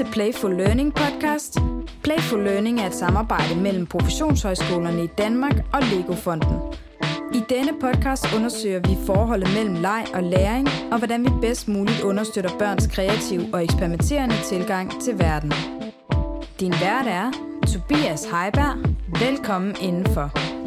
til Playful Learning podcast. Playful Learning er et samarbejde mellem professionshøjskolerne i Danmark og LEGO-fonden. I denne podcast undersøger vi forholdet mellem leg og læring, og hvordan vi bedst muligt understøtter børns kreative og eksperimenterende tilgang til verden. Din vært er Tobias Heiberg. Velkommen indenfor.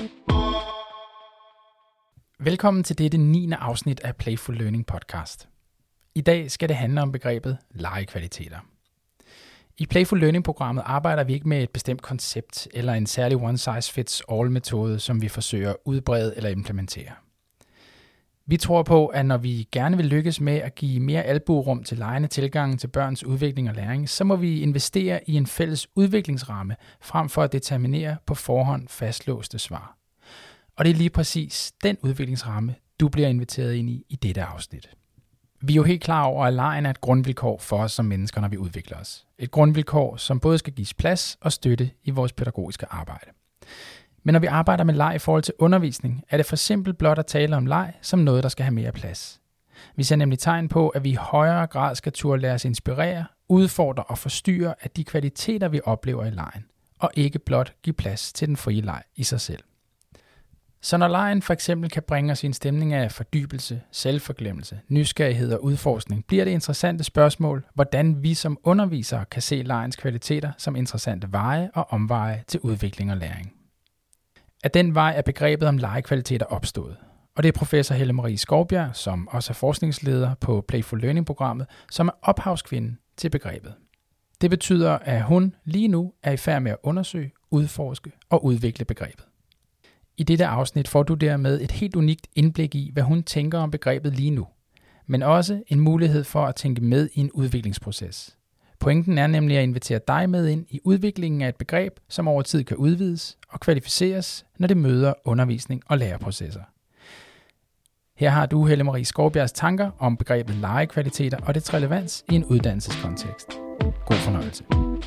Velkommen til dette 9. afsnit af Playful Learning podcast. I dag skal det handle om begrebet legekvaliteter. I Playful Learning-programmet arbejder vi ikke med et bestemt koncept eller en særlig one-size-fits-all-metode, som vi forsøger at udbrede eller implementere. Vi tror på, at når vi gerne vil lykkes med at give mere albuerum til legende tilgang til børns udvikling og læring, så må vi investere i en fælles udviklingsramme, frem for at determinere på forhånd fastlåste svar. Og det er lige præcis den udviklingsramme, du bliver inviteret ind i dette afsnit. Vi er jo helt klar over, at legen er et grundvilkår for os som mennesker, når vi udvikler os. Et grundvilkår, som både skal gives plads og støtte i vores pædagogiske arbejde. Men når vi arbejder med leg i forhold til undervisning, er det for simpelt blot at tale om leg som noget, der skal have mere plads. Vi ser nemlig tegn på, at vi i højere grad skal turde lade os inspirere, udfordre og forstyrre af de kvaliteter, vi oplever i legen, og ikke blot give plads til den frie leg i sig selv. Så når legen for eksempel kan bringe os i en stemning af fordybelse, selvforglemmelse, nysgerrighed og udforskning, bliver det interessante spørgsmål, hvordan vi som undervisere kan se legens kvaliteter som interessante veje og omveje til udvikling og læring. Af den vej er begrebet om legekvaliteter opstået, og det er professor Helle Marie Skovbjerg, som også er forskningsleder på Playful Learning-programmet, som er ophavskvinden til begrebet. Det betyder, at hun lige nu er i færd med at undersøge, udforske og udvikle begrebet. I dette afsnit får du dermed et helt unikt indblik i, hvad hun tænker om begrebet lige nu, men også en mulighed for at tænke med i en udviklingsproces. Pointen er nemlig at invitere dig med ind i udviklingen af et begreb, som over tid kan udvides og kvalificeres, når det møder undervisning og læreprocesser. Her har du Helle Marie Skovbjergs tanker om begrebet legekvaliteter og dets relevans i en uddannelseskontekst. God fornøjelse.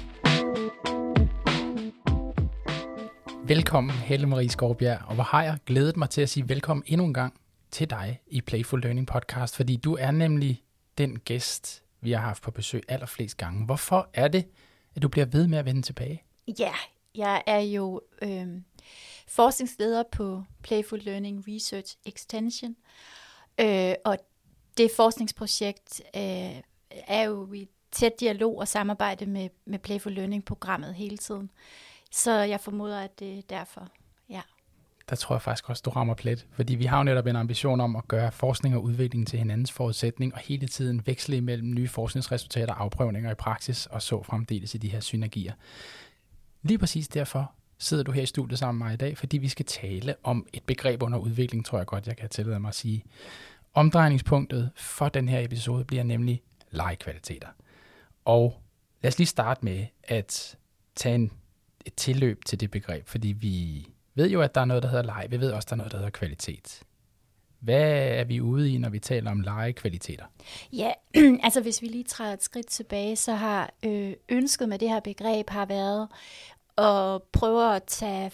Velkommen Helle Marie Skovbjerg, og hvor har jeg glædet mig til at sige velkommen endnu en gang til dig i Playful Learning podcast, fordi du er nemlig den gæst, vi har haft på besøg allerflest gange. Hvorfor er det, at du bliver ved med at vende tilbage? Ja, jeg er jo forskningsleder på Playful Learning Research Extension, og det forskningsprojekt er jo i tæt dialog og samarbejde med Playful Learning-programmet hele tiden. Så jeg formoder, at det er derfor, ja. Der tror jeg faktisk også, du rammer plet, fordi vi har jo netop en ambition om at gøre forskning og udvikling til hinandens forudsætning, og hele tiden veksle imellem nye forskningsresultater, afprøvninger i praksis, og så fremdeles i de her synergier. Lige præcis derfor sidder du her i studiet sammen med mig i dag, fordi vi skal tale om et begreb under udvikling, tror jeg godt, jeg kan tillade mig at sige. Omdrejningspunktet for den her episode bliver nemlig legekvaliteter. Og lad os lige starte med at tage et tilløb til det begreb, fordi vi ved jo, at der er noget, der hedder leg. Vi ved også, at der er noget, der hedder kvalitet. Hvad er vi ude i, når vi taler om legekvaliteter? Ja, altså hvis vi lige træder et skridt tilbage, så har ønsket med det her begreb har været at prøve at tage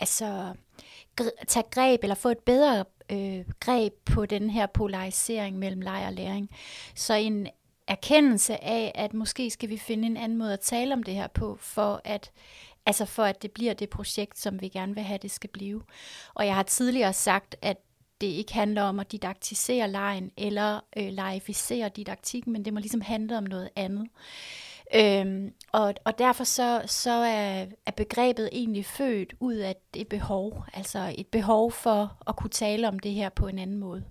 greb, eller få et bedre greb på den her polarisering mellem leg og læring. Så en erkendelse af, at måske skal vi finde en anden måde at tale om det her på, for at det bliver det projekt, som vi gerne vil have, det skal blive. Og jeg har tidligere sagt, at det ikke handler om at didaktisere legen, eller legificere didaktikken, men det må ligesom handle om noget andet. Og derfor så er begrebet egentlig født ud af et behov, altså et behov for at kunne tale om det her på en anden måde.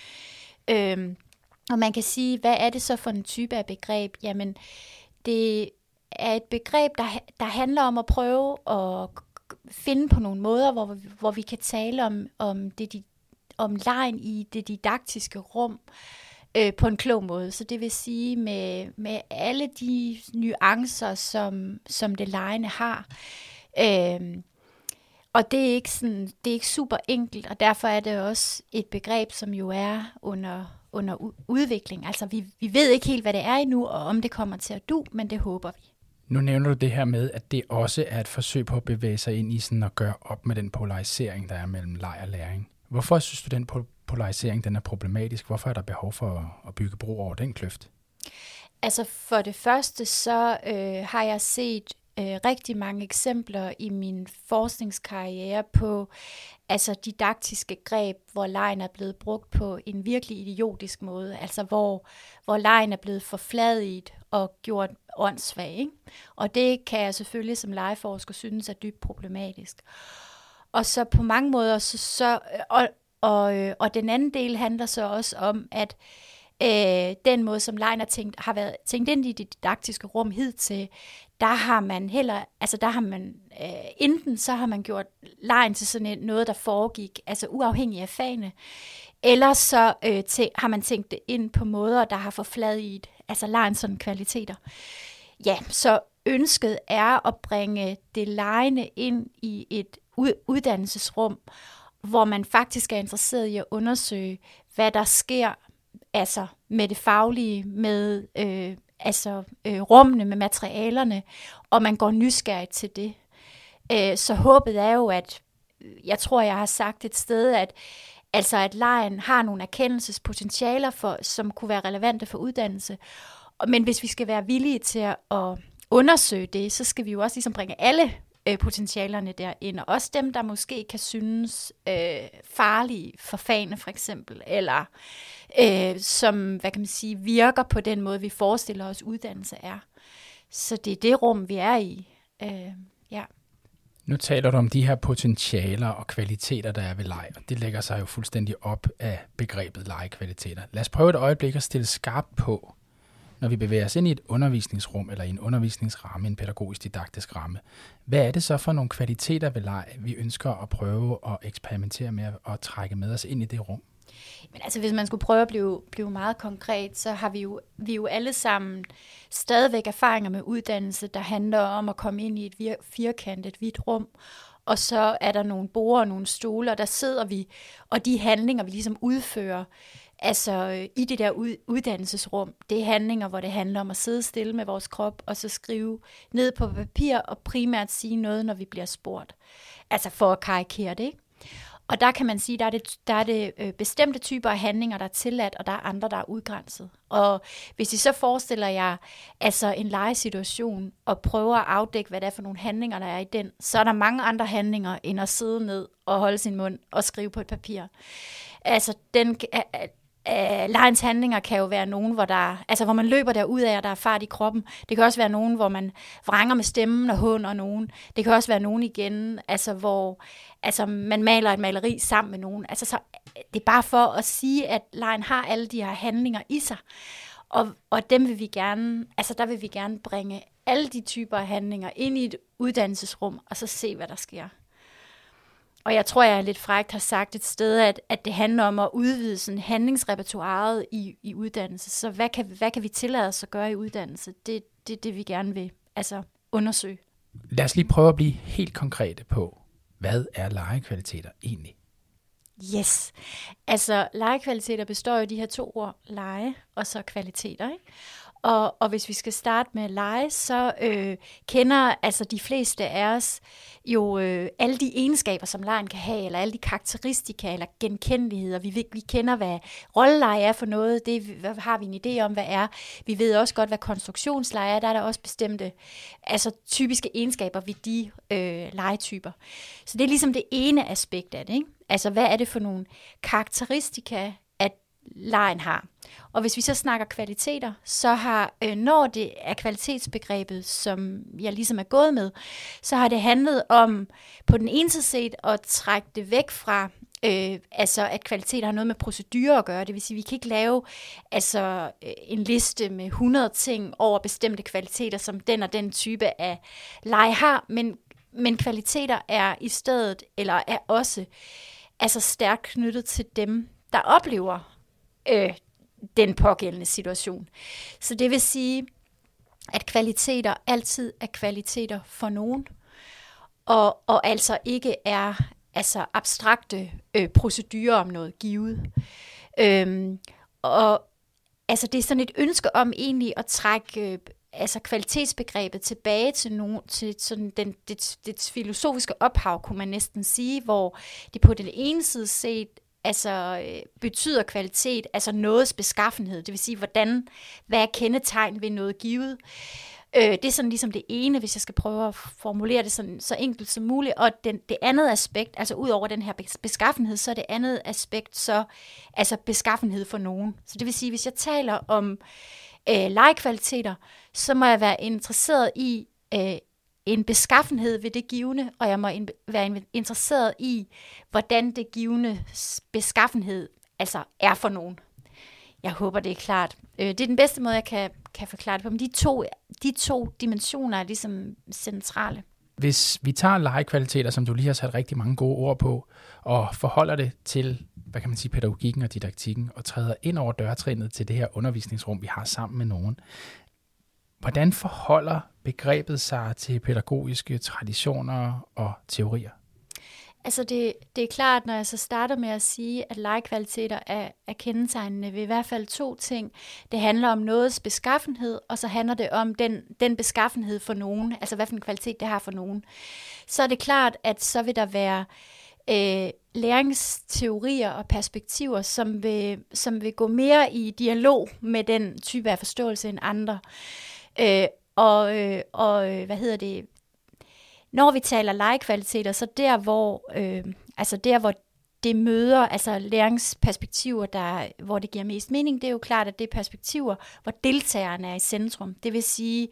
Og man kan sige, hvad er det så for en type af begreb? Jamen, det er et begreb, der handler om at prøve at finde på nogle måder, hvor vi kan tale om legen i det didaktiske rum på en klog måde. Så det vil sige med alle de nuancer, som det legende har. Og det er ikke super enkelt, og derfor er det også et begreb, som jo er under udvikling. Altså vi ved ikke helt, hvad det er endnu, og om det kommer til at du, men det håber vi. Nu nævner du det her med, at det også er et forsøg på at bevæge sig ind i sådan at gøre op med den polarisering, der er mellem leg og læring. Hvorfor synes du, den polarisering den er problematisk? Hvorfor er der behov for at bygge bro over den kløft? Altså for det første, så har jeg set rigtig mange eksempler i min forskningskarriere på didaktiske greb, hvor legen er blevet brugt på en virkelig idiotisk måde, altså hvor legen er blevet forfladiget og gjort åndssvag, ikke? Og det kan jeg selvfølgelig som legeforsker synes er dybt problematisk. Og så på mange måder, og den anden del handler så også om, at den måde, som legen har været tænkt ind i det didaktiske rum hidtil, der har man enten så har man gjort legen til sådan noget, der foregik, altså uafhængig af fagene, eller så har man tænkt det ind på måder, der har forfladiget, altså legens sådan kvaliteter. Ja, så ønsket er at bringe det legende ind i et uddannelsesrum, hvor man faktisk er interesseret i at undersøge, hvad der sker, altså med det faglige, med rummene, med materialerne, og man går nysgerrigt til det. Så håbet er jo, at jeg tror, jeg har sagt et sted, at legen har nogle erkendelsespotentialer, som kunne være relevante for uddannelse. Men hvis vi skal være villige til at undersøge det, så skal vi jo også ligesom bringe alle potentialerne derind, og også dem, der måske kan synes farlige for fagene for eksempel, eller som, virker på den måde, vi forestiller os uddannelse er. Så det er det rum, vi er i. Ja. Nu taler du om de her potentialer og kvaliteter, der er ved leg, og det lægger sig jo fuldstændig op af begrebet legekvaliteter. Lad os prøve et øjeblik at stille skarpt på, når vi bevæger os ind i et undervisningsrum eller i en undervisningsramme, en pædagogisk didaktisk ramme. Hvad er det så for nogle kvaliteter ved leg, vi ønsker at prøve at eksperimentere med og trække med os ind i det rum? Men altså, hvis man skulle prøve at blive meget konkret, så har vi jo alle sammen stadigvæk erfaringer med uddannelse, der handler om at komme ind i et firkantet, hvidt rum, og så er der nogle borde og nogle stole, og der sidder vi, og de handlinger, vi ligesom udfører, altså i det der uddannelsesrum, det er handlinger, hvor det handler om at sidde stille med vores krop, og så skrive ned på papir, og primært sige noget, når vi bliver spurgt. Altså for at karikere det, ikke? Og der kan man sige, der er det bestemte typer af handlinger, der er tilladt, og der er andre, der er udgrænset. Og hvis I så forestiller jer en legesituation, og prøver at afdække, hvad det er for nogle handlinger, der er i den, så er der mange andre handlinger, end at sidde ned og holde sin mund og skrive på et papir. Altså, legens handlinger kan jo være nogen, hvor man løber derudad, og der er fart i kroppen. Det kan også være nogen, hvor man vrænger med stemmen og håner nogen. Det kan også være nogen igen, hvor man maler et maleri sammen med nogen. Altså, så det er bare for at sige, at legen har alle de her handlinger i sig. Og dem vil vi gerne, der vil vi gerne bringe alle de typer af handlinger ind i et uddannelsesrum, og så se, hvad der sker. Og jeg tror, jeg lidt frækt har sagt et sted, at det handler om at udvide sådan handlingsrepertoiret i uddannelse. Så hvad kan vi tillade os at gøre i uddannelse? Det er det, vi gerne vil undersøge. Lad os lige prøve at blive helt konkrete på, hvad er legekvaliteter egentlig? Yes. Legekvaliteter består jo af de her 2 ord, lege og så kvaliteter, ikke? Og hvis vi skal starte med at lege, så kender de fleste af os jo alle de egenskaber, som legen kan have, eller alle de karakteristika eller genkendeligheder. Vi kender, hvad rolleleje er for noget, det har vi en idé om, hvad er. Vi ved også godt, hvad konstruktionsleje er. Der er der også bestemte typiske egenskaber ved de legetyper. Så det er ligesom det ene aspekt af det, ikke? Altså, hvad er det for nogle karakteristika, at legen har? Og hvis vi så snakker kvaliteter, så har, når det er kvalitetsbegrebet, som jeg ligesom er gået med, så har det handlet om på den ene side at trække det væk fra, at kvaliteter har noget med procedurer at gøre. Det vil sige, at vi kan ikke lave en liste med 100 ting over bestemte kvaliteter, som den og den type af leg har, men kvaliteter er i stedet, eller er også stærkt knyttet til dem, der oplever den pågældende situation. Så det vil sige, at kvaliteter altid er kvaliteter for nogen, og altså ikke er abstrakte procedurer om noget givet. Og det er sådan et ønske om egentlig at trække kvalitetsbegrebet tilbage til sådan dets filosofiske ophav, kunne man næsten sige, hvor det på den ene side set betyder kvalitet, altså nogens beskaffenhed, det vil sige, hvad er kendetegn ved noget givet. Det er sådan ligesom det ene, hvis jeg skal prøve at formulere det sådan, så enkelt som muligt. Og det andet aspekt, altså ud over den her beskaffenhed, så er det andet aspekt så altså beskaffenhed for nogen. Så det vil sige, hvis jeg taler om legekvaliteter, så må jeg være interesseret i en beskaffenhed ved det givne, og jeg må være interesseret i, hvordan det givne beskaffenhed altså er for nogen. Jeg håber, det er klart. Det er den bedste måde, jeg kan forklare det på, men de to dimensioner er ligesom centrale. Hvis vi tager legekvaliteter, som du lige har sat rigtig mange gode ord på, og forholder det til, hvad kan man sige, pædagogikken og didaktikken, og træder ind over dørtrinnet til det her undervisningsrum, vi har sammen med nogen, hvordan forholder begrebet sig til pædagogiske traditioner og teorier? Altså det er klart, når jeg så starter med at sige, at legekvaliteter er kendetegnende ved i hvert fald 2 ting. Det handler om nogens beskaffenhed, og så handler det om den beskaffenhed for nogen, altså hvad for en kvalitet det har for nogen. Så er det klart, at så vil der være læringsteorier og perspektiver, som vil gå mere i dialog med den type af forståelse end andre. Når vi taler legekvaliteter, så der hvor det møder altså læringsperspektiver, hvor det giver mest mening, det er jo klart, at det er perspektiver, hvor deltagerne er i centrum. Det vil sige,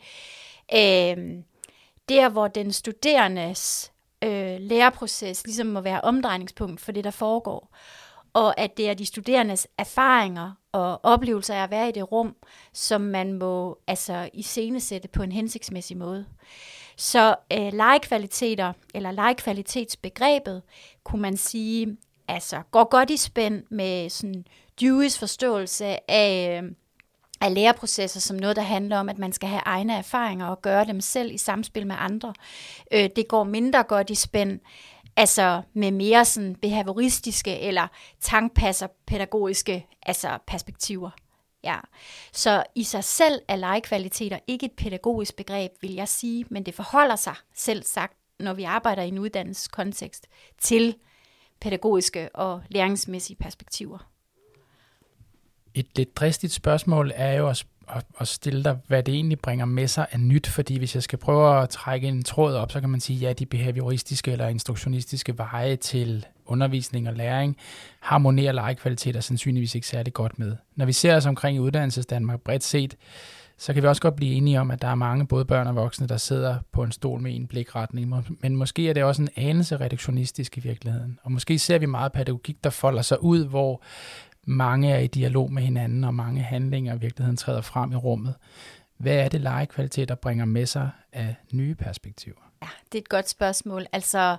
der hvor den studerendes læreproces ligesom må være omdrejningspunkt for det, der foregår. Og at det er de studerendes erfaringer og oplevelser af at være i det rum, som man må altså iscenesætte på en hensigtsmæssig måde. Så legekvaliteter, eller legekvalitetsbegrebet, kunne man sige, altså går godt i spænd med sådan Dewey's forståelse af læreprocesser som noget, der handler om, at man skal have egne erfaringer og gøre dem selv i samspil med andre. Det går mindre godt i spænd altså med mere sådan behavioristiske eller tankpasser-pædagogiske altså perspektiver. Ja. Så i sig selv er legekvaliteter ikke et pædagogisk begreb, vil jeg sige, men det forholder sig selv sagt, når vi arbejder i en uddannelseskontekst, til pædagogiske og læringsmæssige perspektiver. Et lidt dristigt spørgsmål er jo at stille dig, hvad det egentlig bringer med sig af nyt, fordi hvis jeg skal prøve at trække en tråd op, så kan man sige, ja, de behavioristiske eller instruktionistiske veje til undervisning og læring harmonerer legekvaliteter sandsynligvis ikke særlig godt med. Når vi ser os omkring i uddannelsesdanmark bredt set, så kan vi også godt blive enige om, at der er mange både børn og voksne, der sidder på en stol med en blikretning, men måske er det også en anelse reduktionistisk i virkeligheden. Og måske ser vi meget pædagogik, der folder sig ud, hvor mange er i dialog med hinanden, og mange handlinger i virkeligheden træder frem i rummet. Hvad er det legekvaliteter bringer med sig af nye perspektiver? Ja, det er et godt spørgsmål. Altså,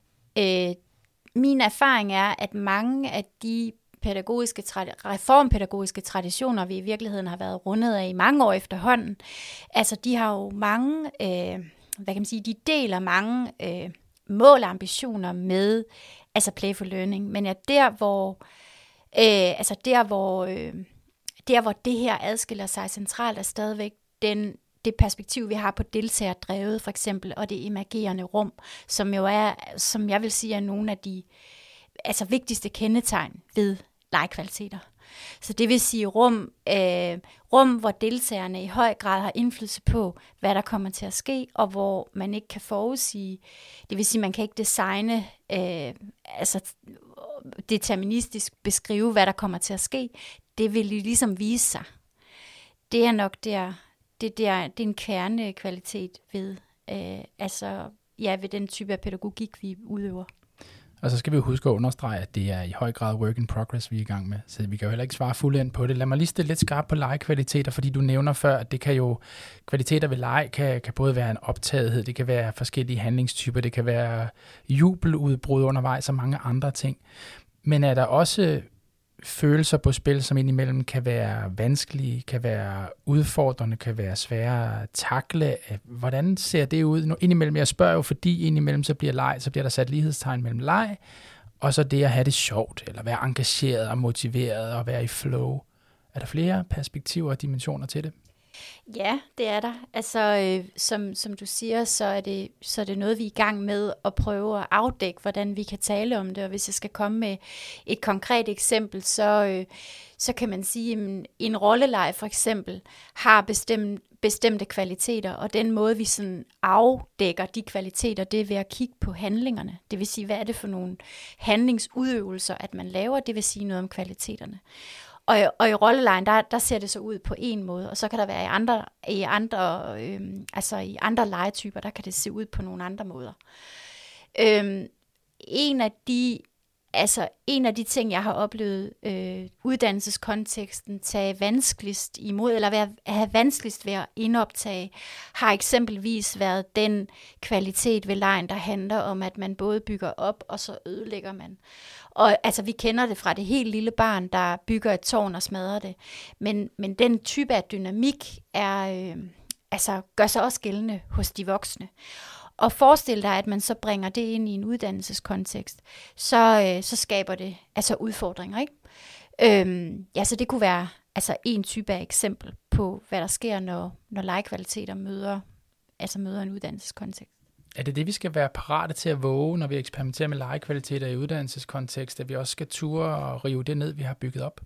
min erfaring er, at mange af de reformpædagogiske traditioner, vi i virkeligheden har været rundet af i mange år efterhånden, altså de har jo mange, de deler mange mål og ambitioner med altså playful learning, men at der hvor det her adskiller sig centralt, er stadigvæk det perspektiv, vi har på deltagerdrevet for eksempel, og det emergerende rum, som jo er, som jeg vil sige, er nogle af de vigtigste kendetegn ved legekvaliteter. Så det vil sige rum, hvor deltagerne i høj grad har indflydelse på, hvad der kommer til at ske, og hvor man ikke kan forudsige, det vil sige, man kan ikke designe, deterministisk beskrive, hvad der kommer til at ske. Det vil ligesom vise sig. Det er nok det er en kernekvalitet ved, ved den type af pædagogik, vi udøver. Og så skal vi jo huske at understrege, at det er i høj grad work in progress, vi er i gang med. Så vi kan jo heller ikke svare fuldendt på det. Lad mig lige stille lidt skarpt på legekvaliteter, fordi du nævner før, at det kan jo, kvaliteter ved leg kan både være en optagethed, det kan være forskellige handlingstyper, det kan være jubeludbrud undervejs og mange andre ting. Men er der også følelser på spil, som indimellem kan være vanskelige, kan være udfordrende, kan være svære at takle? Hvordan ser det ud? Indimellem, jeg spørger jo, fordi indimellem så bliver der sat lighedstegn mellem leg, og så det at have det sjovt, eller være engageret og motiveret og være i flow. Er der flere perspektiver og dimensioner til det? Ja, det er der. Altså, som du siger, så er det noget, vi er i gang med at prøve at afdække, hvordan vi kan tale om det. Og hvis jeg skal komme med et konkret eksempel, så kan man sige, at en rolleleg for eksempel har bestemte kvaliteter, og den måde, vi sådan afdækker de kvaliteter, det er ved at kigge på handlingerne. Det vil sige, hvad er det for nogle handlingsudøvelser, at man laver, det vil sige noget om kvaliteterne. Og i rollelejen, der ser det så ud på en måde, og så kan der være i andre legetyper, der kan det se ud på nogle andre måder. En af de ting, jeg har oplevet uddannelseskonteksten tage vanskeligst imod, eller have vanskeligst ved at indoptage, har eksempelvis været den kvalitet ved legen, der handler om, at man både bygger op, og så ødelægger man. Og altså, vi kender det fra det helt lille barn, der bygger et tårn og smadrer det. Men den type af dynamik gør sig også gældende hos de voksne. Og forestil dig, at man så bringer det ind i en uddannelseskontekst, så skaber det altså udfordringer, ikke? Så det kunne være en type af eksempel på, hvad der sker, når legekvaliteter møder en uddannelseskontekst. Er det, vi skal være parate til at våge, når vi eksperimenterer med legekvaliteter i uddannelseskontekst, at vi også skal ture og rive det ned, vi har bygget op?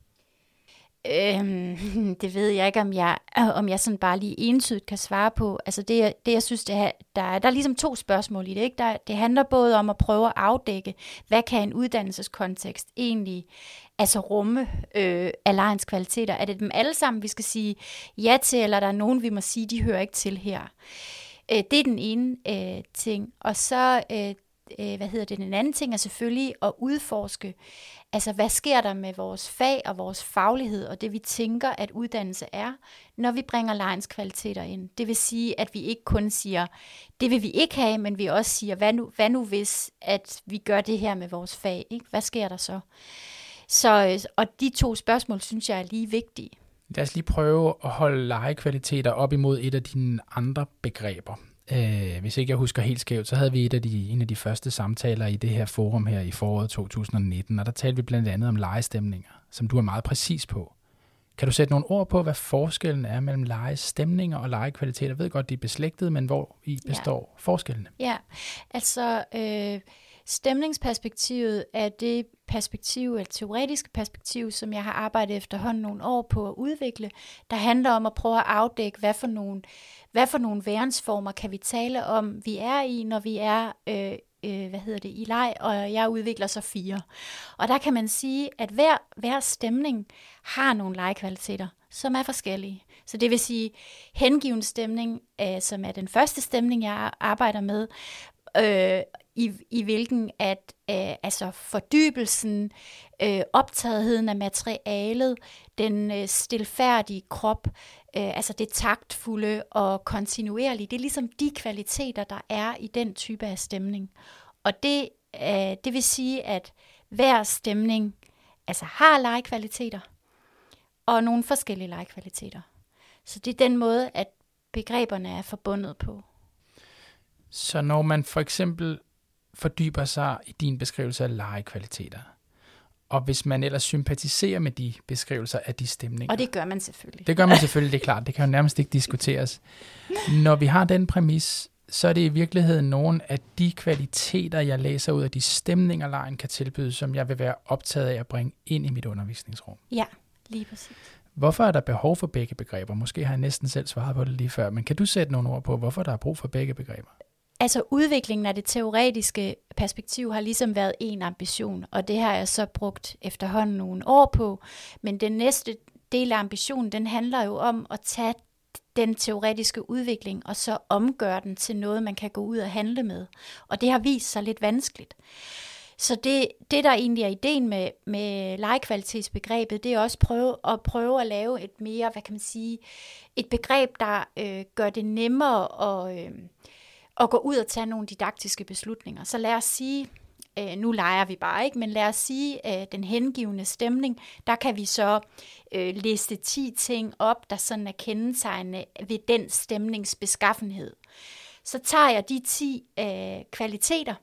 Det ved jeg ikke, om jeg sådan bare lige entydigt kan svare på. Altså det jeg synes, der er ligesom to spørgsmål i det, ikke? Det handler både om at prøve at afdække, hvad kan en uddannelseskontekst egentlig rumme af legens kvaliteter. Er det dem alle sammen, vi skal sige ja til, eller er der nogen, vi må sige, de hører ikke til her? Det er den ene ting. Og så den anden ting er selvfølgelig at udforske, hvad sker der med vores fag og vores faglighed, og det vi tænker, at uddannelse er, når vi bringer legens kvaliteter ind. Det vil sige, at vi ikke kun siger, det vil vi ikke have, men vi også siger, hvad nu hvis, at vi gør det her med vores fag, ikke? Hvad sker der så? Og de to spørgsmål, synes jeg er lige vigtige. Lad os lige prøve at holde legekvaliteter op imod et af dine andre begreber. Hvis ikke jeg husker helt skævt, så havde vi en af de første samtaler i det her forum her i foråret 2019, og der talte vi blandt andet om legestemninger, som du er meget præcis på. Kan du sætte nogle ord på, hvad forskellen er mellem legestemninger og legekvaliteter? Jeg ved godt, de er beslægtede, men hvor i består forskellene? Ja, stemningsperspektivet er det perspektiv, et teoretisk perspektiv, som jeg har arbejdet efterhånden nogle år på at udvikle, der handler om at prøve at afdække, hvad for nogle værensformer kan vi tale om, vi er i, når vi er i leg, og jeg udvikler så 4. Og der kan man sige, at hver stemning har nogle legekvaliteter, som er forskellige. Så det vil sige, hengiven stemning, som er den første stemning, jeg arbejder med, i hvilken at fordybelsen, optagetheden af materialet, den stilfærdige krop, det taktfulde og kontinuerlige, det er ligesom de kvaliteter, der er i den type af stemning. Og det vil sige, at hver stemning har legekvaliteter og nogle forskellige legekvaliteter. Så det er den måde, at begreberne er forbundet på. Så når man for eksempel fordyber sig i din beskrivelse af legekvaliteter, og hvis man ellers sympatiserer med de beskrivelser af de stemninger. Og det gør man selvfølgelig. Det gør man selvfølgelig, det er klart. Det kan jo nærmest ikke diskuteres. Når vi har den præmis, så er det i virkeligheden nogle af de kvaliteter, jeg læser ud af de stemninger, legen kan tilbyde, som jeg vil være optaget af at bringe ind i mit undervisningsrum. Ja, lige præcis. Hvorfor er der behov for begge begreber? Måske har jeg næsten selv svaret på det lige før, men kan du sætte nogle ord på, hvorfor der er brug for begge begreber? Udviklingen af det teoretiske perspektiv har ligesom været en ambition, og det har jeg så brugt efterhånden nogle år på. Men den næste del af ambitionen, den handler jo om at tage den teoretiske udvikling, og så omgøre den til noget, man kan gå ud og handle med. Og det har vist sig lidt vanskeligt. Så det der egentlig er ideen med legekvalitetsbegrebet, det er også prøve at lave et mere, et begreb, der gør det nemmere at gå ud og tage nogle didaktiske beslutninger. Så lad os sige, nu leger vi bare ikke, men lad os sige, den hengivende stemning, der kan vi så liste 10 ting op, der sådan er kendetegnende ved den stemningsbeskaffenhed. Så tager jeg de 10 kvaliteter,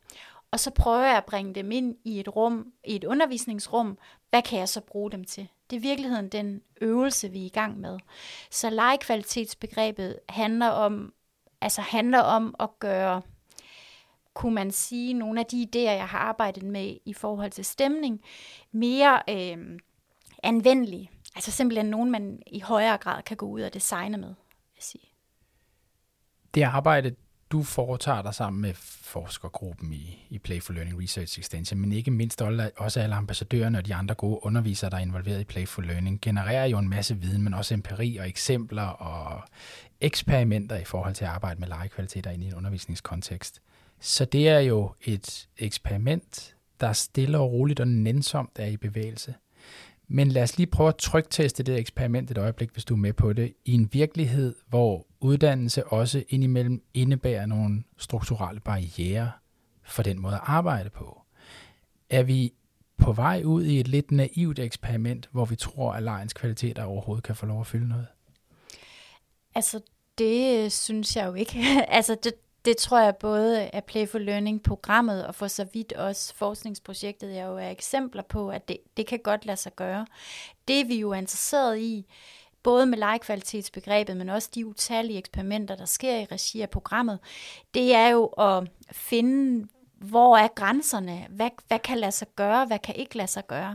og så prøver jeg at bringe dem ind i et rum, i et undervisningsrum. Hvad kan jeg så bruge dem til? Det er i virkeligheden den øvelse, vi er i gang med. Så legekvalitetsbegrebet handler om at gøre, kunne man sige, nogle af de idéer, jeg har arbejdet med i forhold til stemning, mere anvendelige. Altså simpelthen nogen, man i højere grad kan gå ud og designe med, vil jeg sige. Det arbejde, du foretager dig sammen med forskergruppen i Playful Learning Research Extension, men ikke mindst også alle ambassadørerne og de andre gode undervisere, der er involveret i Playful Learning, genererer jo en masse viden, men også empiri og eksempler og eksperimenter i forhold til at arbejde med legekvaliteter ind i en undervisningskontekst. Så det er jo et eksperiment, der stille og roligt og nænsomt er i bevægelse. Men lad os lige prøve at trykteste det eksperiment et øjeblik, hvis du er med på det, i en virkelighed, hvor uddannelse også indimellem indebærer nogle strukturelle barrierer for den måde at arbejde på. Er vi på vej ud i et lidt naivt eksperiment, hvor vi tror, at legens kvaliteter overhovedet kan få lov at fylde noget? Altså, det synes jeg jo ikke. Altså, det tror jeg både er Playful Learning-programmet og for så vidt også forskningsprojektet er jo eksempler på, at det kan godt lade sig gøre. Det vi jo er interesseret i, både med legekvalitetsbegrebet, men også de utallige eksperimenter, der sker i regi af programmet, det er jo at finde, hvor er grænserne, hvad kan lade sig gøre, hvad kan ikke lade sig gøre.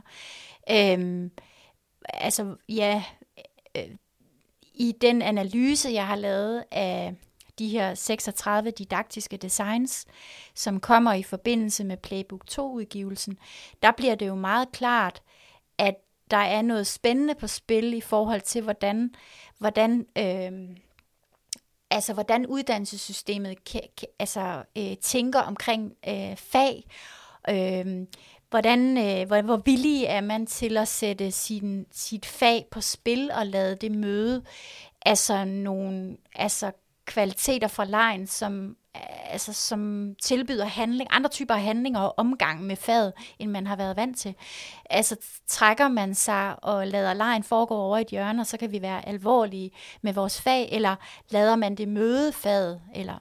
I den analyse, jeg har lavet af de her 36 didaktiske designs, som kommer i forbindelse med Playbook 2-udgivelsen, der bliver det jo meget klart, at der er noget spændende på spil i forhold til, hvordan uddannelsessystemet tænker omkring fag. Hvor villig er man til at sætte sit fag på spil og lade det møde nogle kvaliteter fra legen, som tilbyder andre typer af handlinger og omgang med faget, end man har været vant til. Altså trækker man sig og lader legen foregå over et hjørne, og så kan vi være alvorlige med vores fag, eller lader man det møde faget, eller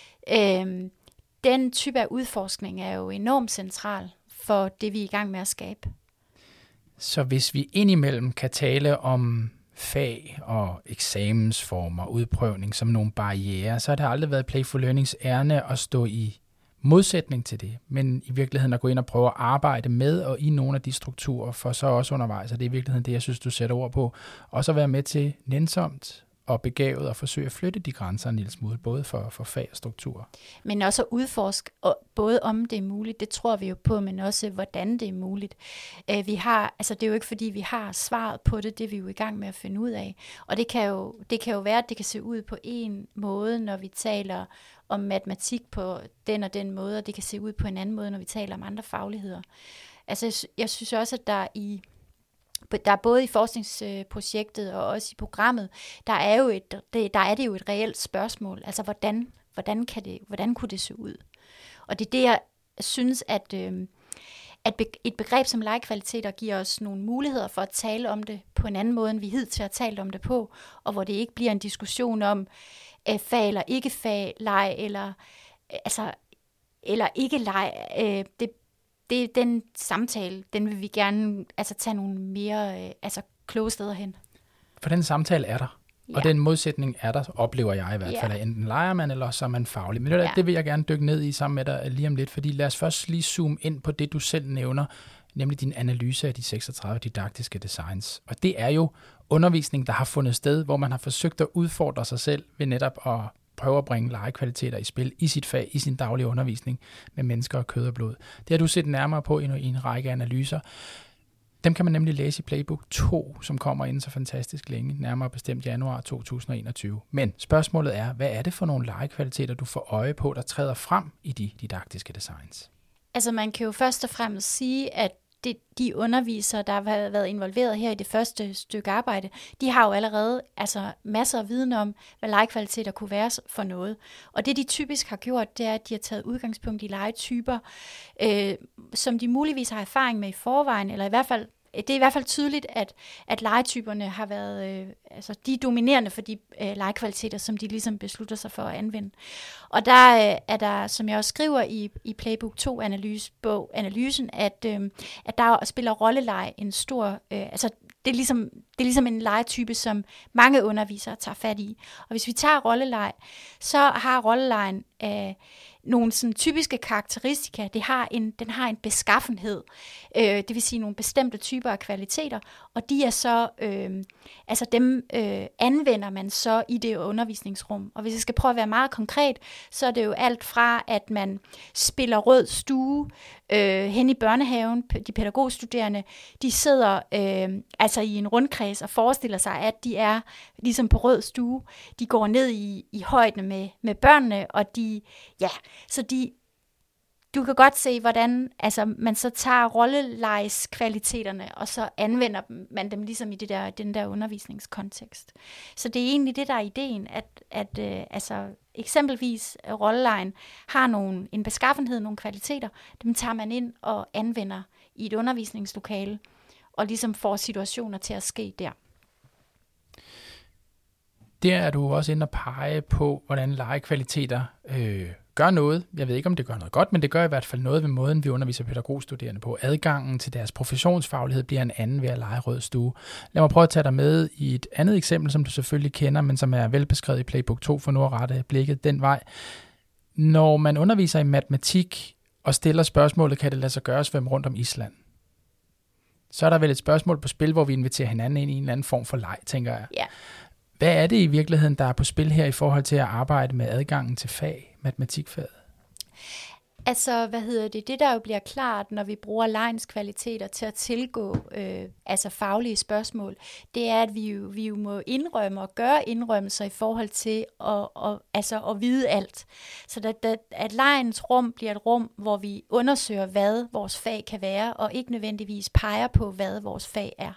den type af udforskning er jo enormt central for det, vi er i gang med at skabe. Så hvis vi indimellem kan tale om fag og eksamensformer, udprøvning som nogle barrierer, så har det aldrig været Playful Learnings ærne at stå i modsætning til det, men i virkeligheden at gå ind og prøve at arbejde med og i nogle af de strukturer, for så også undervejs, og det er i virkeligheden det, jeg synes, du sætter ord på, også at være med til nænsomt og begavet og forsøge at flytte de grænser en lille smule, både for fag og strukturer. Men også at udforske, både om det er muligt, det tror vi jo på, men også hvordan det er muligt. Det er jo ikke fordi, vi har svaret på det er vi jo i gang med at finde ud af. Og det kan jo være, at det kan se ud på en måde, når vi taler om matematik på den og den måde, og det kan se ud på en anden måde, når vi taler om andre fagligheder. Altså, jeg synes også, at der er både i forskningsprojektet og også i programmet, der er det jo et reelt spørgsmål. Altså, hvordan kunne det se ud? Og det er det, jeg synes, at et begreb som legekvaliteter giver os nogle muligheder for at tale om det på en anden måde, end vi hidtil har talt om det på, og hvor det ikke bliver en diskussion om fag eller ikke fag, leg eller ikke leg. Det er den samtale, den vil vi gerne tage nogle mere kloge steder hen. For den samtale er der, ja. Og den modsætning er der, oplever jeg i hvert fald, at enten leger man, eller så er man faglig. Men det vil jeg gerne dykke ned i sammen med dig lige om lidt, fordi lad os først lige zoome ind på det, du selv nævner, nemlig din analyse af de 36 didaktiske designs. Og det er jo undervisning, der har fundet sted, hvor man har forsøgt at udfordre sig selv ved netop at prøve at bringe legekvaliteter i spil i sit fag, i sin daglige undervisning med mennesker og kød og blod. Det har du set nærmere på i en række analyser. Dem kan man nemlig læse i Playbook 2, som kommer inden så fantastisk længe, nærmere bestemt januar 2021. Men spørgsmålet er, hvad er det for nogle legekvaliteter, du får øje på, der træder frem i de didaktiske designs? Altså man kan jo først og fremmest sige, at de undervisere, der har været involveret her i det første stykke arbejde, de har jo allerede masser af viden om, hvad legekvaliteter kunne være for noget. Og det de typisk har gjort, det er, at de har taget udgangspunkt i legetyper, som de muligvis har erfaring med i forvejen, eller i hvert fald det er i hvert fald tydeligt, at legetyperne har været, de er dominerende for de legekvaliteter, som de ligesom beslutter sig for at anvende. Og der er der, som jeg også skriver i Playbook 2-analysen, at der spiller rolleleg en stor, det er ligesom en legetype, som mange undervisere tager fat i. Og hvis vi tager rolleleg, så har rollelejen nogle sådan typiske karakteristika. Den har en beskaffenhed, det vil sige nogle bestemte typer af kvaliteter, og de er så, dem anvender man så i det undervisningsrum. Og hvis jeg skal prøve at være meget konkret, så er det jo alt fra, at man spiller rød stue hen i børnehaven. De pædagogstuderende, de sidder i en rundkreds og forestiller sig, at de er ligesom på rød stue. De går ned i højden med børnene, og du kan godt se, hvordan man så tager rollelejskvaliteterne, og så anvender man dem ligesom i den der undervisningskontekst. Så det er egentlig det, der er ideen, at eksempelvis rollelejen har en beskaffenhed, nogle kvaliteter, dem tager man ind og anvender i et undervisningslokale, og ligesom får situationer til at ske der. Der er du også inde og pege på, hvordan legekvaliteter gør noget. Jeg ved ikke, om det gør noget godt, men det gør i hvert fald noget ved måden, vi underviser pædagogstuderende på. Adgangen til deres professionsfaglighed bliver en anden ved at lege rød stue. Lad mig prøve at tage dig med i et andet eksempel, som du selvfølgelig kender, men som er velbeskrevet i Playbook 2 for nu at rette blikket den vej. Når man underviser i matematik og stiller spørgsmålet, kan det lade sig gøre at svømme rundt om Island? Så er der vel et spørgsmål på spil, hvor vi inviterer hinanden ind i en eller anden form for leg, tænker jeg. Ja. Hvad er det i virkeligheden, der er på spil her i forhold til at arbejde med adgangen til matematikfaget? Det der jo bliver klart, når vi bruger legens kvaliteter til at tilgå faglige spørgsmål, det er, at vi jo må indrømme og gøre indrømmelser i forhold til at vide alt. Så at legens rum bliver et rum, hvor vi undersøger, hvad vores fag kan være, og ikke nødvendigvis peger på, hvad vores fag er.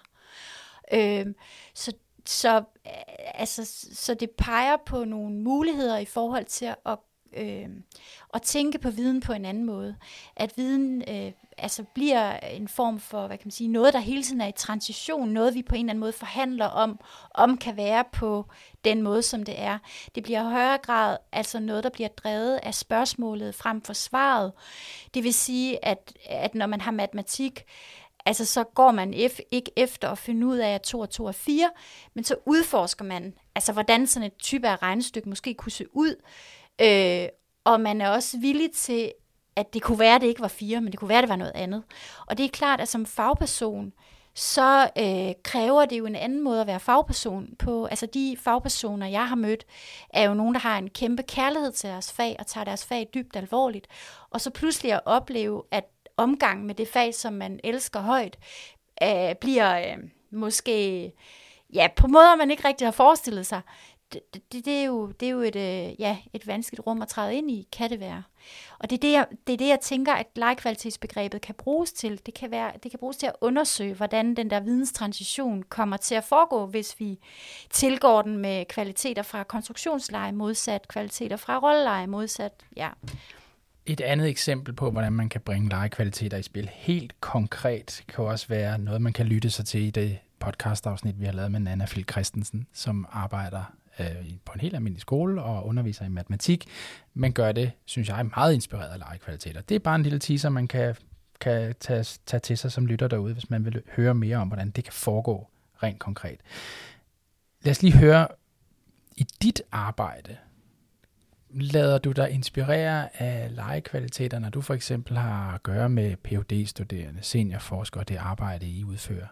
Så det peger på nogle muligheder i forhold til at tænke på viden på en anden måde. At viden bliver en form for, noget, der hele tiden er i transition, noget vi på en eller anden måde forhandler om kan være på den måde, som det er. Det bliver i højere grad noget, der bliver drevet af spørgsmålet frem for svaret. Det vil sige, at når man har matematik, så går man ikke efter at finde ud af, at 2 og 2 er 4, men så udforsker man, hvordan sådan et type af regnestykke måske kunne se ud, og man er også villig til, at det kunne være, at det ikke var 4, men det kunne være, at det var noget andet. Og det er klart, at som fagperson, så kræver det jo en anden måde at være fagperson på. De fagpersoner, jeg har mødt, er jo nogen, der har en kæmpe kærlighed til deres fag, og tager deres fag dybt alvorligt. Og så pludselig at opleve, at omgang med det fag, som man elsker højt, bliver måske på måder, man ikke rigtig har forestillet sig. Det er jo et vanskeligt rum at træde ind i, kan det være. Og det er det, jeg tænker, at legekvalitetsbegrebet kan bruges til. Det kan bruges til at undersøge, hvordan den der videnstransition kommer til at foregå, hvis vi tilgår den med kvaliteter fra konstruktionsleje modsat, kvaliteter fra rolleleje modsat, ja. Et andet eksempel på, hvordan man kan bringe legekvaliteter i spil helt konkret, kan også være noget, man kan lytte sig til i det podcastafsnit, vi har lavet med Nanna Phil Christensen, som arbejder på en helt almindelig skole og underviser i matematik, men gør det, synes jeg, meget inspireret af legekvaliteter. Det er bare en lille teaser, man kan tage til sig som lytter derude, hvis man vil høre mere om, hvordan det kan foregå rent konkret. Lad os lige høre, i dit arbejde, lader du dig inspirere af legekvaliteter, når du for eksempel har at gøre med Ph.D.-studerende, seniorforskere og det arbejde, I udfører?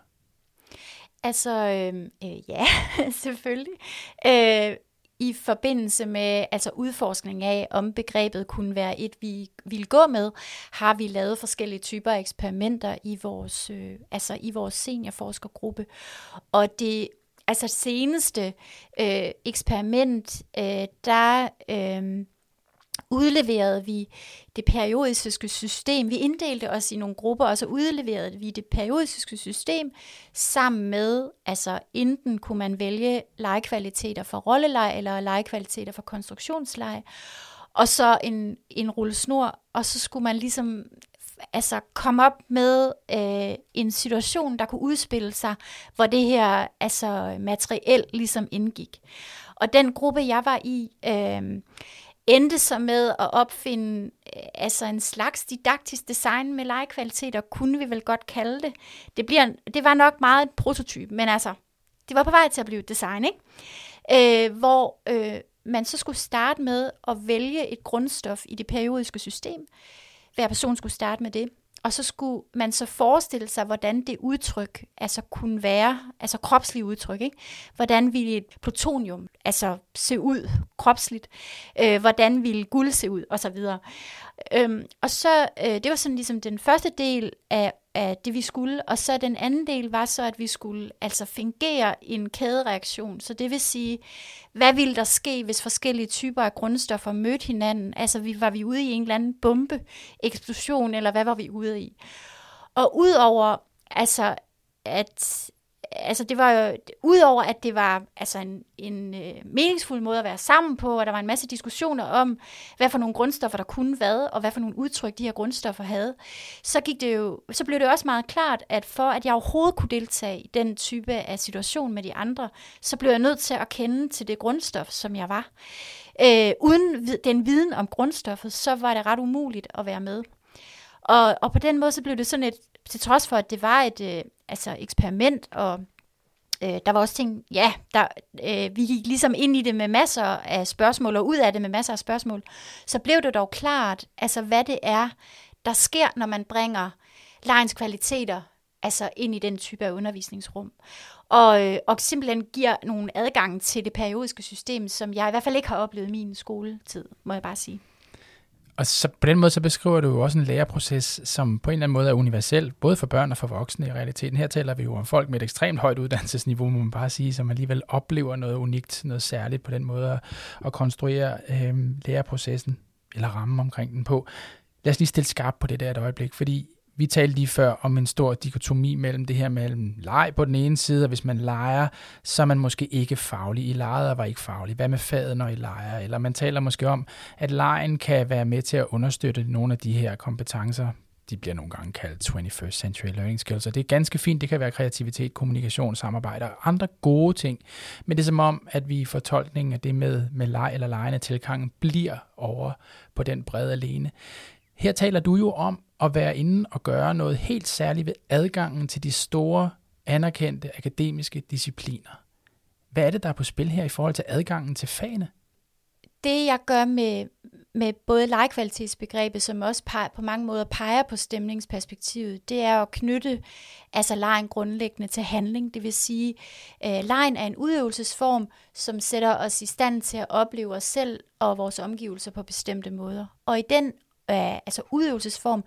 Ja, selvfølgelig. I forbindelse med udforskning af, om begrebet kunne være et, vi ville gå med, har vi lavet forskellige typer af eksperimenter i vores seniorforskergruppe. Og det seneste eksperiment, der udleverede vi det periodiske system. Vi inddelte os i nogle grupper, og så udleverede vi det periodiske system sammen med, enten kunne man vælge legekvaliteter for rolleleje, eller legekvaliteter for konstruktionsleje, og så en rulle snor, og så skulle man ligesom komme op med en situation, der kunne udspille sig, hvor det her materiel ligesom indgik. Og den gruppe, jeg var i, endte så med at opfinde en slags didaktisk design med legekvaliteter, kunne vi vel godt kalde det. Det var nok meget et prototype, men det var på vej til at blive et design, ikke? Hvor man så skulle starte med at vælge et grundstof i det periodiske system. Hver person skulle starte med det. Og så skulle man så forestille sig, hvordan det udtryk kunne være, kropslige udtryk, ikke? Hvordan ville et plutonium se ud kropsligt? Hvordan ville guld se ud? Og så videre. Og så, det var sådan ligesom den første del af det, vi skulle. Og så den anden del var så, at vi skulle fingere en kædereaktion. Så det vil sige, hvad ville der ske, hvis forskellige typer af grundstoffer mødte hinanden? Var vi ude i en eller anden bombeeksplosion, eller hvad var vi ude i? Og udover, udover at det var en meningsfuld måde at være sammen på, og der var en masse diskussioner om, hvad for nogle grundstoffer der kunne hvad, og hvad for nogle udtryk de her grundstoffer havde, så blev det også meget klart, at for at jeg overhovedet kunne deltage i den type af situation med de andre, så blev jeg nødt til at kende til det grundstof, som jeg var. Uden den viden om grundstoffet, så var det ret umuligt at være med. Og på den måde, så blev det sådan til trods for, at det var et eksperiment, og der var også ting, vi gik ligesom ind i det med masser af spørgsmål, og ud af det med masser af spørgsmål, så blev det dog klart, hvad det er, der sker, når man bringer legens kvaliteter ind i den type af undervisningsrum. Og simpelthen giver nogle adgang til det periodiske system, som jeg i hvert fald ikke har oplevet i min skoletid, må jeg bare sige. Og så på den måde, så beskriver du jo også en læreproces, som på en eller anden måde er universel, både for børn og for voksne i realiteten. Her taler vi jo om folk med et ekstremt højt uddannelsesniveau, må man bare sige, som alligevel oplever noget unikt, noget særligt på den måde at konstruere læreprocessen, eller rammen omkring den på. Lad os lige stille skarpt på det der et øjeblik, fordi vi talte lige før om en stor dikotomi mellem leg på den ene side, og hvis man leger, så er man måske ikke faglig. I legede og var ikke faglig. Hvad med faget, når I leger? Eller man taler måske om, at legen kan være med til at understøtte nogle af de her kompetencer. De bliver nogle gange kaldt 21st century learning skills, og det er ganske fint. Det kan være kreativitet, kommunikation, samarbejde og andre gode ting. Men det er som om, at vi i fortolkningen af det med leg eller legende tilgangen bliver over på den brede alene. Her taler du jo om at være inde og gøre noget helt særligt ved adgangen til de store, anerkendte akademiske discipliner. Hvad er det, der er på spil her i forhold til adgangen til fagene? Det, jeg gør med både legekvalitetsbegrebet, som også på mange måder peger på stemningsperspektivet, det er at knytte legen grundlæggende til handling. Det vil sige, legen er en udøvelsesform, som sætter os i stand til at opleve os selv og vores omgivelser på bestemte måder. Og i den udøvelsesform,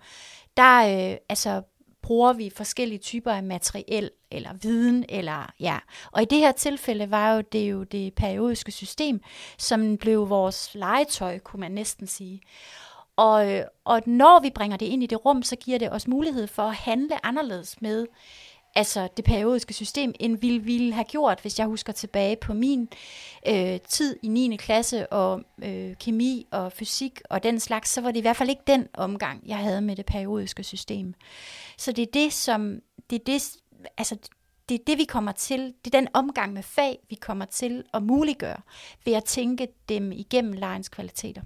der bruger vi forskellige typer af materiel eller viden, og i det her tilfælde var det jo det periodiske system, som blev vores legetøj, kunne man næsten sige. Og når vi bringer det ind i det rum, så giver det os mulighed for at handle anderledes med det periodiske system, end vi ville have gjort, hvis jeg husker tilbage på min tid i 9. klasse, og kemi og fysik og den slags, så var det i hvert fald ikke den omgang, jeg havde med det periodiske system. Så det er det, vi kommer til, det er den omgang med fag, vi kommer til at muliggøre, ved at tænke dem igennem legens kvaliteter.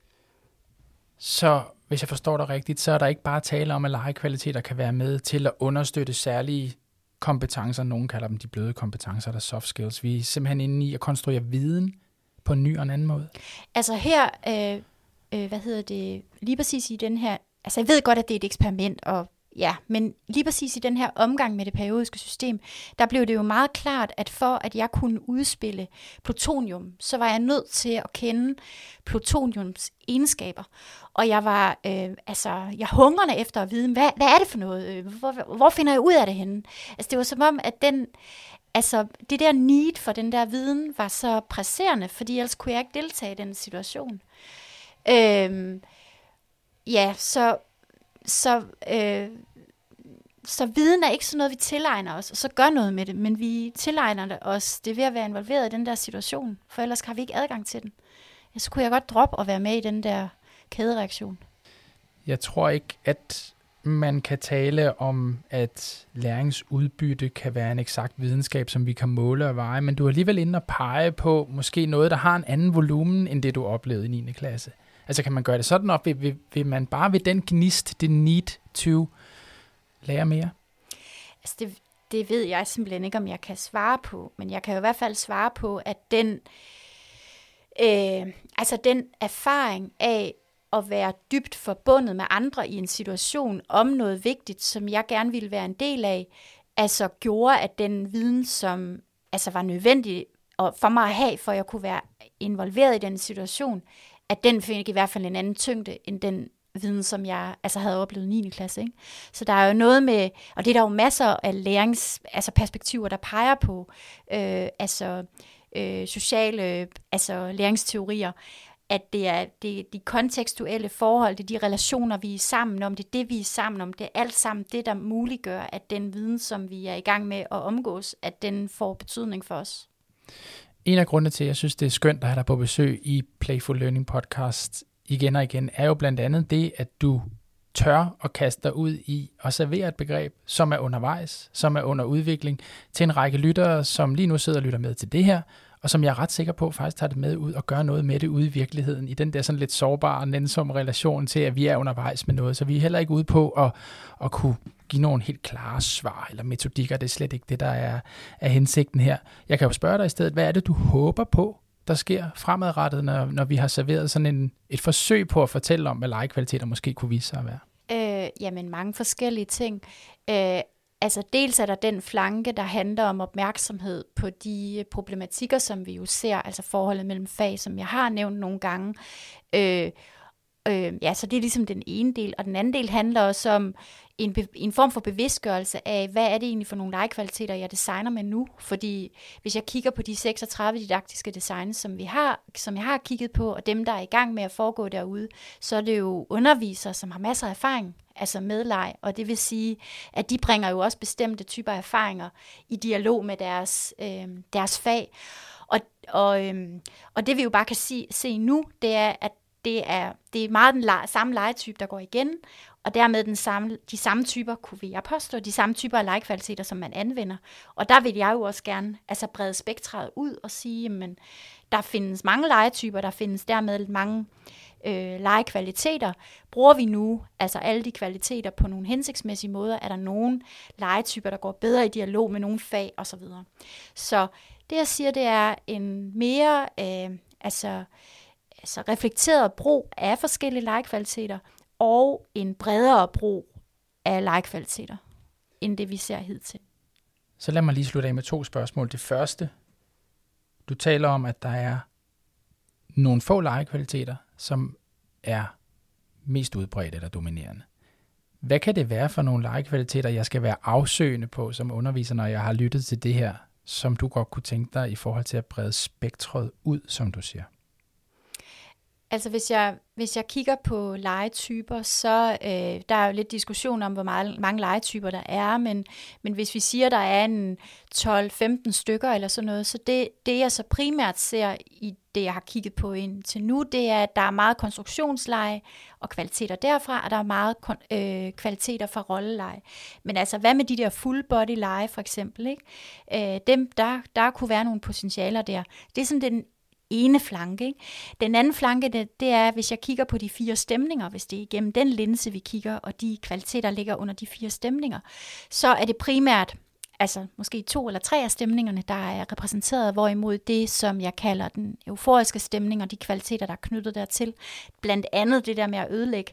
Så hvis jeg forstår dig rigtigt, så er der ikke bare tale om, at legekvaliteter kan være med til at understøtte særlige kompetencer. Nogen kalder dem de bløde kompetencer, eller soft skills. Vi er simpelthen inde i at konstruere viden på en ny og en anden måde. Her, lige præcis i den her, jeg ved godt, at det er et eksperiment, men lige præcis i den her omgang med det periodiske system, der blev det jo meget klart, at for at jeg kunne udspille plutonium, så var jeg nødt til at kende plutoniums egenskaber. Og jeg var, jeg hungrende efter at vide, hvad er det for noget? Hvor finder jeg ud af det henne? Det var som om, at det der need for den der viden var så presserende, fordi ellers kunne jeg ikke deltage i den situation. Så viden er ikke sådan noget, vi tilegner os, og så gør noget med det, men vi tilegner det os. Det er ved at være involveret i den der situation, for ellers har vi ikke adgang til den. Så kunne jeg godt droppe at være med i den der kædereaktion. Jeg tror ikke, at man kan tale om, at læringsudbytte kan være en eksakt videnskab, som vi kan måle og veje, men du er alligevel inde og pege på måske noget, der har en anden volumen, end det du oplevede i 9. klasse. Altså kan man gøre det sådan op, vil man bare ved den gnist, det need to lære mere? Altså det ved jeg simpelthen ikke, om jeg kan svare på, men jeg kan jo i hvert fald svare på, at den erfaring af at være dybt forbundet med andre i en situation om noget vigtigt, som jeg gerne ville være en del af, altså gjorde, at den viden, som altså var nødvendig for mig at have, for at jeg kunne være involveret i den situation, at den fik i hvert fald en anden tyngde, end den viden, som jeg havde oplevet i 9. klasse. Ikke? Så der er jo noget med, og det er der jo masser af perspektiver, der peger på, sociale læringsteorier, at det er de kontekstuelle forhold, det er de relationer, vi er sammen om, det er det, vi er sammen om, det er alt sammen det, der muliggør, at den viden, som vi er i gang med at omgås, at den får betydning for os. En af grundene til, at jeg synes, det er skønt at have dig på besøg i Playful Learning Podcast igen og igen, er jo blandt andet det, at du tør at kaste dig ud i at servere et begreb, som er undervejs, som er under udvikling, til en række lyttere, som lige nu sidder og lytter med til det her, og som jeg er ret sikker på faktisk tager det med ud og gør noget med det ude i virkeligheden, i den der sådan lidt sårbare, nænsomme relation til, at vi er undervejs med noget. Så vi er heller ikke ude på at kunne give nogle helt klare svar eller metodikker. Det er slet ikke det, der er hensigten her. Jeg kan jo spørge dig i stedet, hvad er det, du håber på, der sker fremadrettet, når vi har serveret sådan et forsøg på at fortælle om, hvad legekvaliteter måske kunne vise sig at være? Jamen mange forskellige ting. Dels er der den flanke, der handler om opmærksomhed på de problematikker, som vi jo ser, altså forholdet mellem fag, som jeg har nævnt nogle gange. Så det er ligesom den ene del, og den anden del handler også om en form for bevidstgørelse af, hvad er det egentlig for nogle legekvaliteter, jeg designer med nu? Fordi hvis jeg kigger på de 36 didaktiske designs, som jeg har kigget på, og dem, der er i gang med at foregå derude, så er det jo undervisere, som har masser af erfaring, altså med leg, og det vil sige, at de bringer jo også bestemte typer erfaringer i dialog med deres fag. Og det vi jo bare kan se nu, det er, at det er meget den samme legetype, der går igen, og dermed de samme typer, kunne jeg påstå, de samme typer af legekvaliteter, som man anvender. Og der vil jeg jo også gerne brede spektret ud og sige, men der findes mange legetyper, der findes dermed mange legekvaliteter. Bruger vi nu alle de kvaliteter på nogle hensigtsmæssige måder? Er der nogle legetyper, der går bedre i dialog med nogle fag osv.? Så det jeg siger, det er en mere reflekteret brug af forskellige legekvaliteter og en bredere brug af legekvaliteter, end det vi ser hidtil. Så lad mig lige slutte af med 2 spørgsmål. Det første, du taler om, at der er nogle få legekvaliteter, som er mest udbredt eller dominerende. Hvad kan det være for nogle legekvaliteter, jeg skal være afsøgende på som underviser, når jeg har lyttet til det her, som du godt kunne tænke dig i forhold til at brede spektret ud, som du siger? Altså hvis jeg kigger på legetyper, så der er jo lidt diskussion om, hvor mange legetyper der er, men hvis vi siger, der er en 12-15 stykker eller sådan noget, så det jeg så primært ser i det, jeg har kigget på indtil nu, det er, at der er meget konstruktionsleje og kvaliteter derfra, og der er meget kvaliteter fra rolleleje. Men altså, hvad med de der full body leje for eksempel? Ikke? Der kunne være nogle potentialer der. Det er sådan den ene flanke. Ikke? Den anden flanke, det er, hvis jeg kigger på de 4 stemninger, hvis det er igennem den linse, vi kigger, og de kvaliteter ligger under de 4 stemninger, så er det primært, måske 2 eller 3 af stemningerne, der er repræsenteret, hvorimod det, som jeg kalder den euforiske stemning, og de kvaliteter, der er knyttet dertil, blandt andet det der med at ødelægge,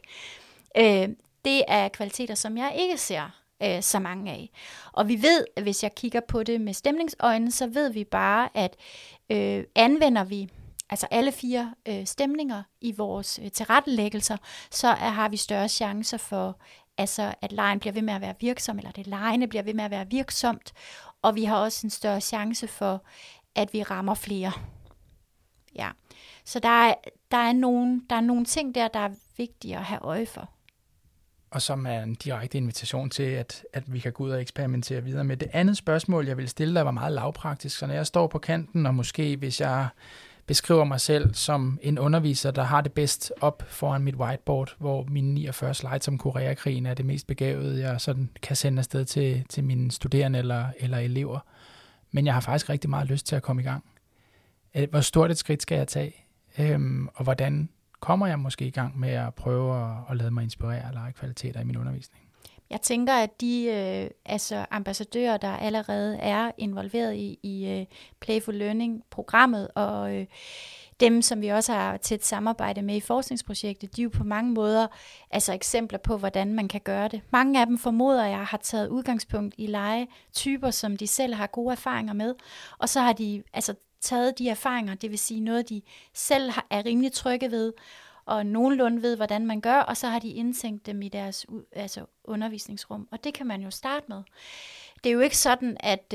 det er kvaliteter, som jeg ikke ser så mange af. Og vi ved, at hvis jeg kigger på det med stemningsøjne, så ved vi bare, at anvender vi alle 4 stemninger i vores tilrettelæggelser, så har vi større chancer for, at legen bliver ved med at være virksom, eller det legene bliver ved med at være virksomt, og vi har også en større chance for, at vi rammer flere. Ja. Så der er nogle ting der er vigtige at have øje for. Og som er en direkte invitation til, at vi kan gå ud og eksperimentere videre med. Det andet spørgsmål, jeg ville stille dig, var meget lavpraktisk. Så når jeg står på kanten, og måske hvis jeg beskriver mig selv som en underviser, der har det bedst op foran mit whiteboard, hvor mine 49 slides om Koreakrigen er det mest begavede, jeg sådan kan sende afsted til mine studerende eller elever. Men jeg har faktisk rigtig meget lyst til at komme i gang. Hvor stort et skridt skal jeg tage? Og hvordan kommer jeg måske i gang med at prøve at lade mig inspirere af legekvaliteter i min undervisning? Jeg tænker, at de ambassadører, der allerede er involveret i Playful Learning-programmet, og dem, som vi også har tæt samarbejde med i forskningsprojektet, de er jo på mange måder eksempler på, hvordan man kan gøre det. Mange af dem formoder jeg har taget udgangspunkt i legetyper, som de selv har gode erfaringer med, og så har de taget de erfaringer, det vil sige noget, de selv er rimelig trygge ved, og nogenlunde ved, hvordan man gør, og så har de indtænkt dem i deres undervisningsrum. Og det kan man jo starte med. Det er jo ikke sådan, at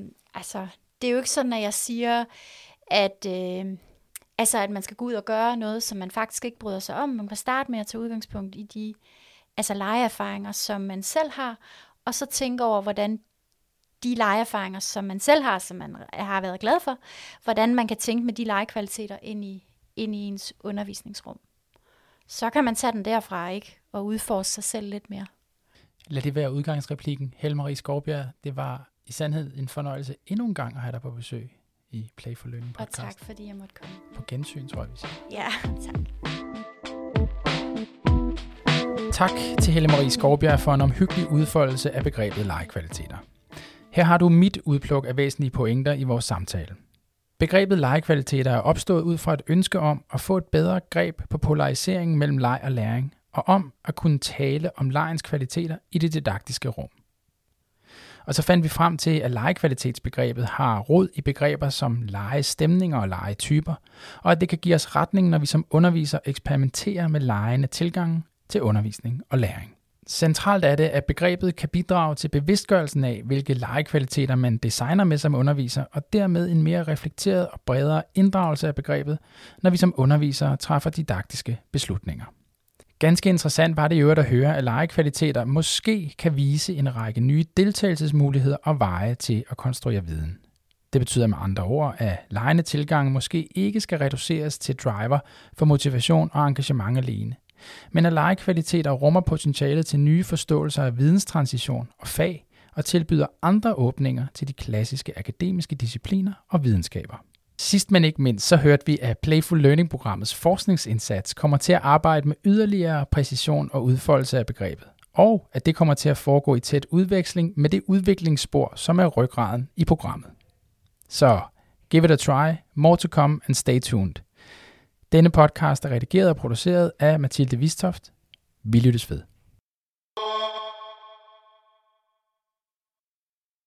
jeg siger, at man skal gå ud og gøre noget, som man faktisk ikke bryder sig om. Man kan starte med at tage udgangspunkt i de legeerfaringer, som man selv har, og så tænke over, hvordan de legeerfaringer, som man selv har, som man har været glad for, hvordan man kan tænke med de legekvaliteter ind i ens undervisningsrum. Så kan man tage den derfra, ikke? Og udforske sig selv lidt mere. Lad det være udgangsreplikken. Helle Marie Skovbjerg, det var i sandhed en fornøjelse endnu en gang at have dig på besøg i Playful Learning podcast. Og tak, fordi jeg måtte komme. På gensyn, tror jeg, vi siger. Ja, tak. Tak til Helle Marie Skovbjerg for en omhyggelig udfoldelse af begrebet legekvaliteter. Her har du mit udpluk af væsentlige pointer i vores samtale. Begrebet legekvaliteter er opstået ud fra et ønske om at få et bedre greb på polariseringen mellem leg og læring, og om at kunne tale om legens kvaliteter i det didaktiske rum. Og så fandt vi frem til, at legekvalitetsbegrebet har rod i begreber som legestemninger og legetyper, og at det kan give os retning, når vi som undervisere eksperimenterer med legende tilgangen til undervisning og læring. Centralt er det, at begrebet kan bidrage til bevidstgørelsen af, hvilke legekvaliteter man designer med som underviser, og dermed en mere reflekteret og bredere inddragelse af begrebet, når vi som undervisere træffer didaktiske beslutninger. Ganske interessant var det i øvrigt at høre, at legekvaliteter måske kan vise en række nye deltagelsesmuligheder og veje til at konstruere viden. Det betyder med andre ord, at legende tilgang måske ikke skal reduceres til driver for motivation og engagement alene, men at legekvaliteter rummer potentialet til nye forståelser af videnstransition og fag og tilbyder andre åbninger til de klassiske akademiske discipliner og videnskaber. Sidst men ikke mindst, så hørte vi, at Playful Learning-programmets forskningsindsats kommer til at arbejde med yderligere præcision og udfoldelse af begrebet, og at det kommer til at foregå i tæt udveksling med det udviklingsspor, som er ryggraden i programmet. Så give it a try, more to come and stay tuned. Denne podcast er redigeret og produceret af Mathilde Vistoft. Vi lyttes ved.